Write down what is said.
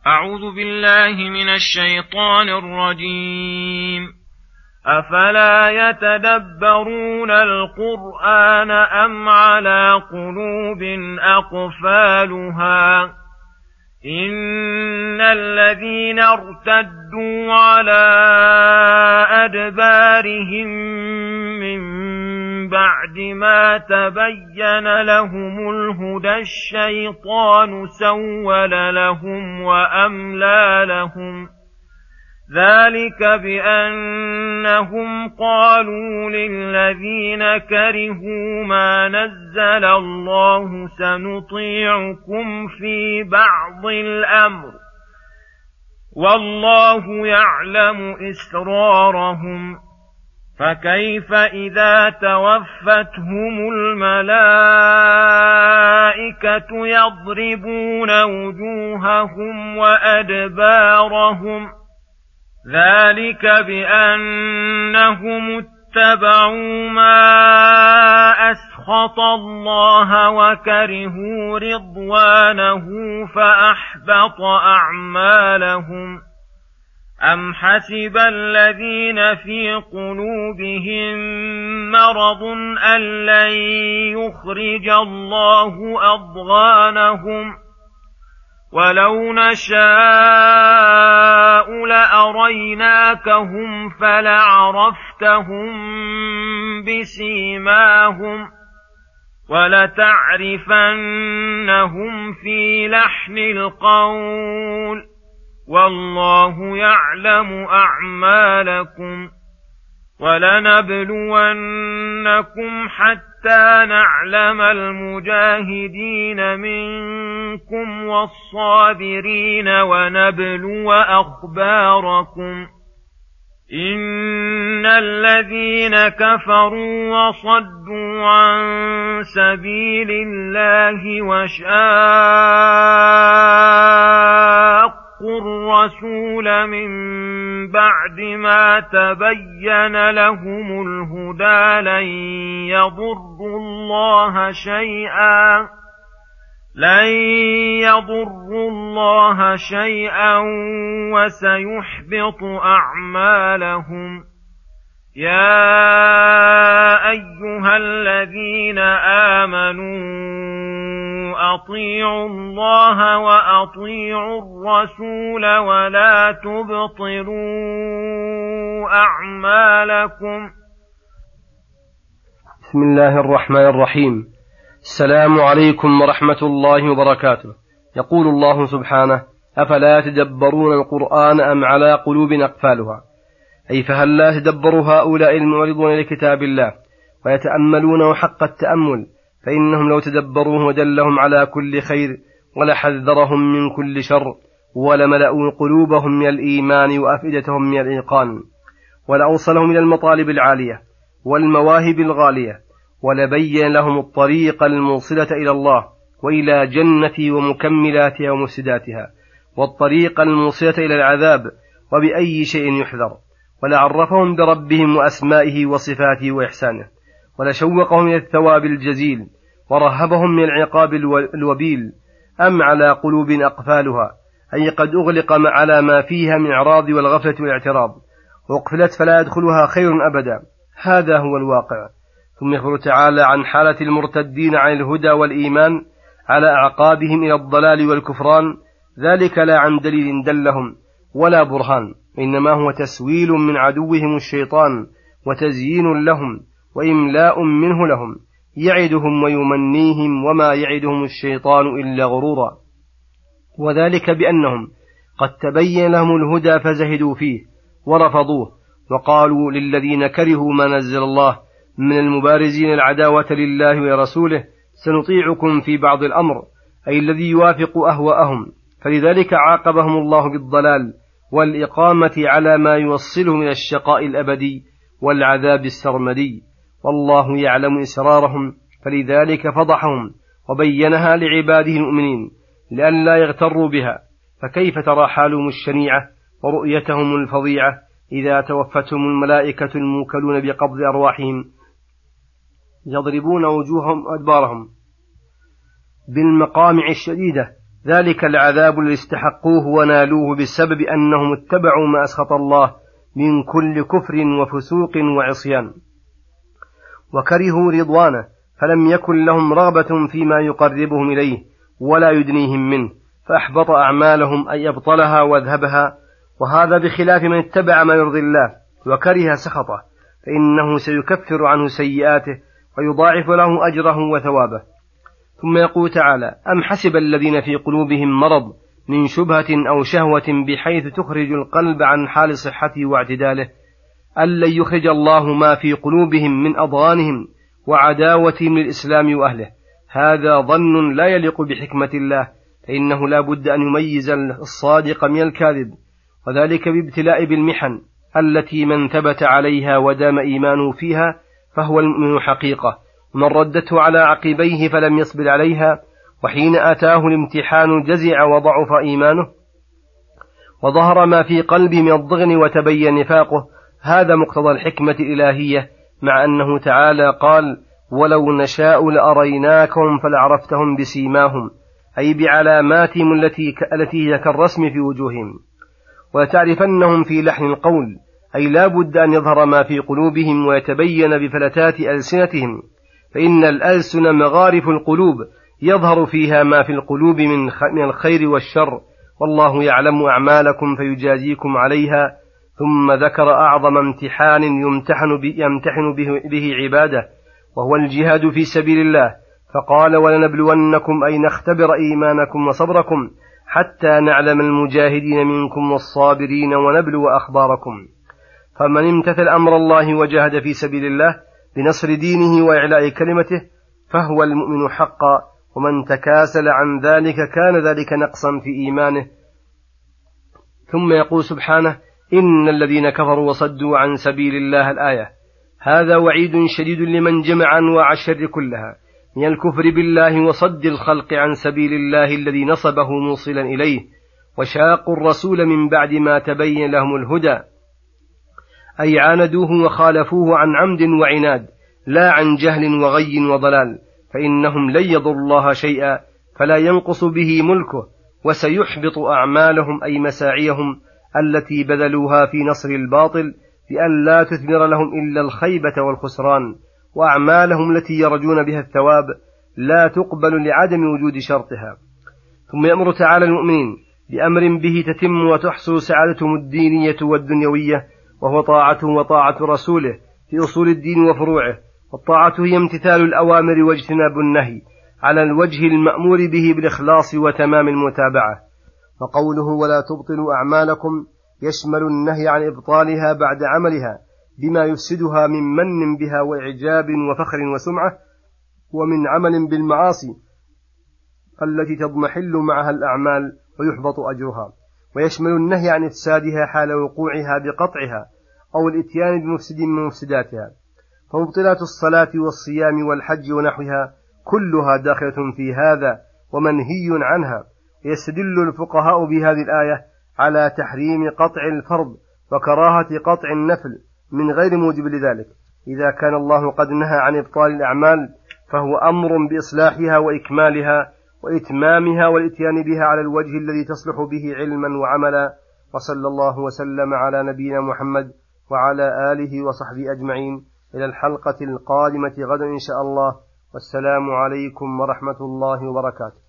أعوذ بالله من الشيطان الرجيم. أفلا يتدبرون القرآن أم على قلوب أقفالها إن الذين ارتدوا على أدبارهم من بعد ما تبين لهم الهدى الشيطان سول لهم وأملى لهم ذلك بأنهم قالوا للذين كرهوا ما نزل الله سنطيعكم في بعض الأمر والله يعلم إسرارهم فكيف إذا توفتهم الملائكة يضربون وجوههم وأدبارهم ذلك بأنهم اتبعوا ما أسخط الله وكرهوا رضوانه فأحبط أعمالهم أم حسب الذين في قلوبهم مرض أن لن يخرج الله أضغانهم ولو نشاء لأريناكهم فلعرفتهم بسيماهم ولتعرفنهم في لحن القول والله يعلم أعمالكم ولنبلونكم حتى نعلم المجاهدين منكم والصابرين ونبلو أخباركم إن الذين كفروا وصدوا عن سبيل الله وشاقوا الرسول من بعد ما تبين لهم الهدى لن يضروا الله شيئا وسيحبط أعمالهم يا أيها الذين آمنوا أطيعوا الله وأطيعوا الرسول ولا تبطلوا أعمالكم. بسم الله الرحمن الرحيم. السلام عليكم ورحمة الله وبركاته. يقول الله سبحانه: أفلا يتدبرون القرآن أم على قلوب أقفالها، أي فهل لا يتدبر هؤلاء المعرضون لكتاب الله ويتأملونه حق التأمل، فإنهم لو تدبروه ودلهم على كل خير ولحذرهم من كل شر ولملأوا قلوبهم من الإيمان وأفئدتهم من الإيقان ولأوصلهم إلى المطالب العالية والمواهب الغالية ولبين لهم الطريق الموصلة إلى الله وإلى جنة ومكملاتها ومفسداتها والطريق الموصلة إلى العذاب وبأي شيء يحذر ولعرفهم بربهم وأسمائه وصفاته وإحسانه ولشوقهم إلى الثواب الجزيل ورهبهم من العقاب الوبيل. أم على قلوب أقفالها، أي قد أغلق على ما فيها من إعراض والغفلة والاعتراض وأقفلت فلا يدخلها خير أبدا. هذا هو الواقع. ثم يخبر تعالى عن حالة المرتدين عن الهدى والإيمان على أعقابهم إلى الضلال والكفران، ذلك لا عن دليل دلهم ولا برهان، إنما هو تسويل من عدوهم الشيطان وتزيين لهم وإملاء منه لهم، يعدهم ويمنيهم وما يعدهم الشيطان إلا غرورا، وذلك بأنهم قد تبين لهم الهدى فزهدوا فيه ورفضوه وقالوا للذين كرهوا ما نزل الله من المبارزين العداوة لله ورسوله سنطيعكم في بعض الأمر، أي الذي يوافق أهواءهم، فلذلك عاقبهم الله بالضلال والإقامة على ما يوصلهم إلى الشقاء الأبدي والعذاب السرمدي، والله يعلم إسرارهم فلذلك فضحهم وبينها لعباده المؤمنين لئلا يغتروا بها. فكيف ترى حالهم الشنيعة ورؤيتهم الفظيعة إذا توفتهم الملائكة الموكلون بقبض أرواحهم يضربون وجوههم وأدبارهم بالمقامع الشديدة ذلك العذاب الذي استحقوه ونالوه بسبب أنهم اتبعوا ما أسخط الله من كل كفر وفسوق وعصيان، وكرهوا رضوانه، فلم يكن لهم رغبة فيما يقربهم إليه ولا يدنيهم منه، فأحبط أعمالهم أي أبطلها وأذهبها. وهذا بخلاف من اتبع ما يرضي الله وكره سخطه، فإنه سيكفر عنه سيئاته ويضاعف له أجره وثوابه. ثم يقول تعالى: أم حسب الذين في قلوبهم مرض من شبهة أو شهوة بحيث تخرج القلب عن حال صحته واعتداله أن لن يخرج الله ما في قلوبهم من أضغانهم وعداوتهم للإسلام وأهله. هذا ظن لا يليق بحكمة الله، فإنه لا بد أن يميز الصادق من الكاذب، وذلك بابتلاء بالمحن التي من ثبت عليها ودام إيمانه فيها فهو المؤمن حقيقة، ومن ردته على عقبيه فلم يصبر عليها وحين أتاه الامتحان جزع وضعف إيمانه وظهر ما في قلبه من الضغن وتبين نفاقه. هذا مقتضى الحكمة الإلهية، مع أنه تعالى قال: ولو نشاء لأريناكهم فلعرفتهم بسيماهم، أي بعلاماتهم التي هي كالرسم في وجوههم، وتعرفنهم في لحن القول، أي لا بد أن يظهر ما في قلوبهم ويتبين بفلتات ألسنتهم، فإن الألسن مغارف القلوب يظهر فيها ما في القلوب من الخير والشر، والله يعلم أعمالكم فيجازيكم عليها. ثم ذكر أعظم امتحان يمتحن به عباده، وهو الجهاد في سبيل الله، فقال: ولنبلونكم أي نختبر إيمانكم وصبركم حتى نعلم المجاهدين منكم والصابرين ونبلو أخباركم. فمن امتثل أمر الله وجاهد في سبيل الله بنصر دينه وإعلاء كلمته فهو المؤمن حقا، ومن تكاسل عن ذلك كان ذلك نقصا في إيمانه. ثم يقول سبحانه: إن الذين كفروا وصدوا عن سبيل الله الآية. هذا وعيد شديد لمن جمع أنواع الشر كلها من الكفر بالله وصد الخلق عن سبيل الله الذي نصبه موصلا إليه، وشاقوا الرسول من بعد ما تبين لهم الهدى، أي عاندوه وخالفوه عن عمد وعناد لا عن جهل وغي وضلال، فإنهم لن يضروا الله شيئا فلا ينقص به ملكه، وسيحبط أعمالهم أي مساعيهم التي بذلوها في نصر الباطل بأن لا تثمر لهم إلا الخيبة والخسران، وأعمالهم التي يرجون بها الثواب لا تقبل لعدم وجود شرطها. ثم يأمر تعالى المؤمنين بأمر به تتم وتحصل سعادتهم الدينية والدنيوية، وهو طاعته وطاعة رسوله في أصول الدين وفروعه. والطاعة هي امتثال الأوامر واجتناب النهي على الوجه المأمور به بالإخلاص وتمام المتابعة. وقوله: ولا تبطلوا أعمالكم يشمل النهي عن إبطالها بعد عملها بما يفسدها من من بها وإعجاب وفخر وسمعة، ومن عمل بالمعاصي التي تضمحل معها الأعمال ويحبط أجرها. ويشمل النهي عن إفسادها حال وقوعها بقطعها أو الإتيان بمفسد من مفسداتها. فمبطلات الصلاة والصيام والحج ونحوها كلها داخلة في هذا ومنهي عنها. يستدل الفقهاء بهذه الآية على تحريم قطع الفرض وكراهة قطع النفل من غير موجب لذلك. إذا كان الله قد نهى عن إبطال الأعمال فهو أمر بإصلاحها وإكمالها وإتمامها والإتيان بها على الوجه الذي تصلح به علما وعملا. وصلى الله وسلم على نبينا محمد وعلى آله وصحبه أجمعين. إلى الحلقة القادمة غدا إن شاء الله، والسلام عليكم ورحمة الله وبركاته.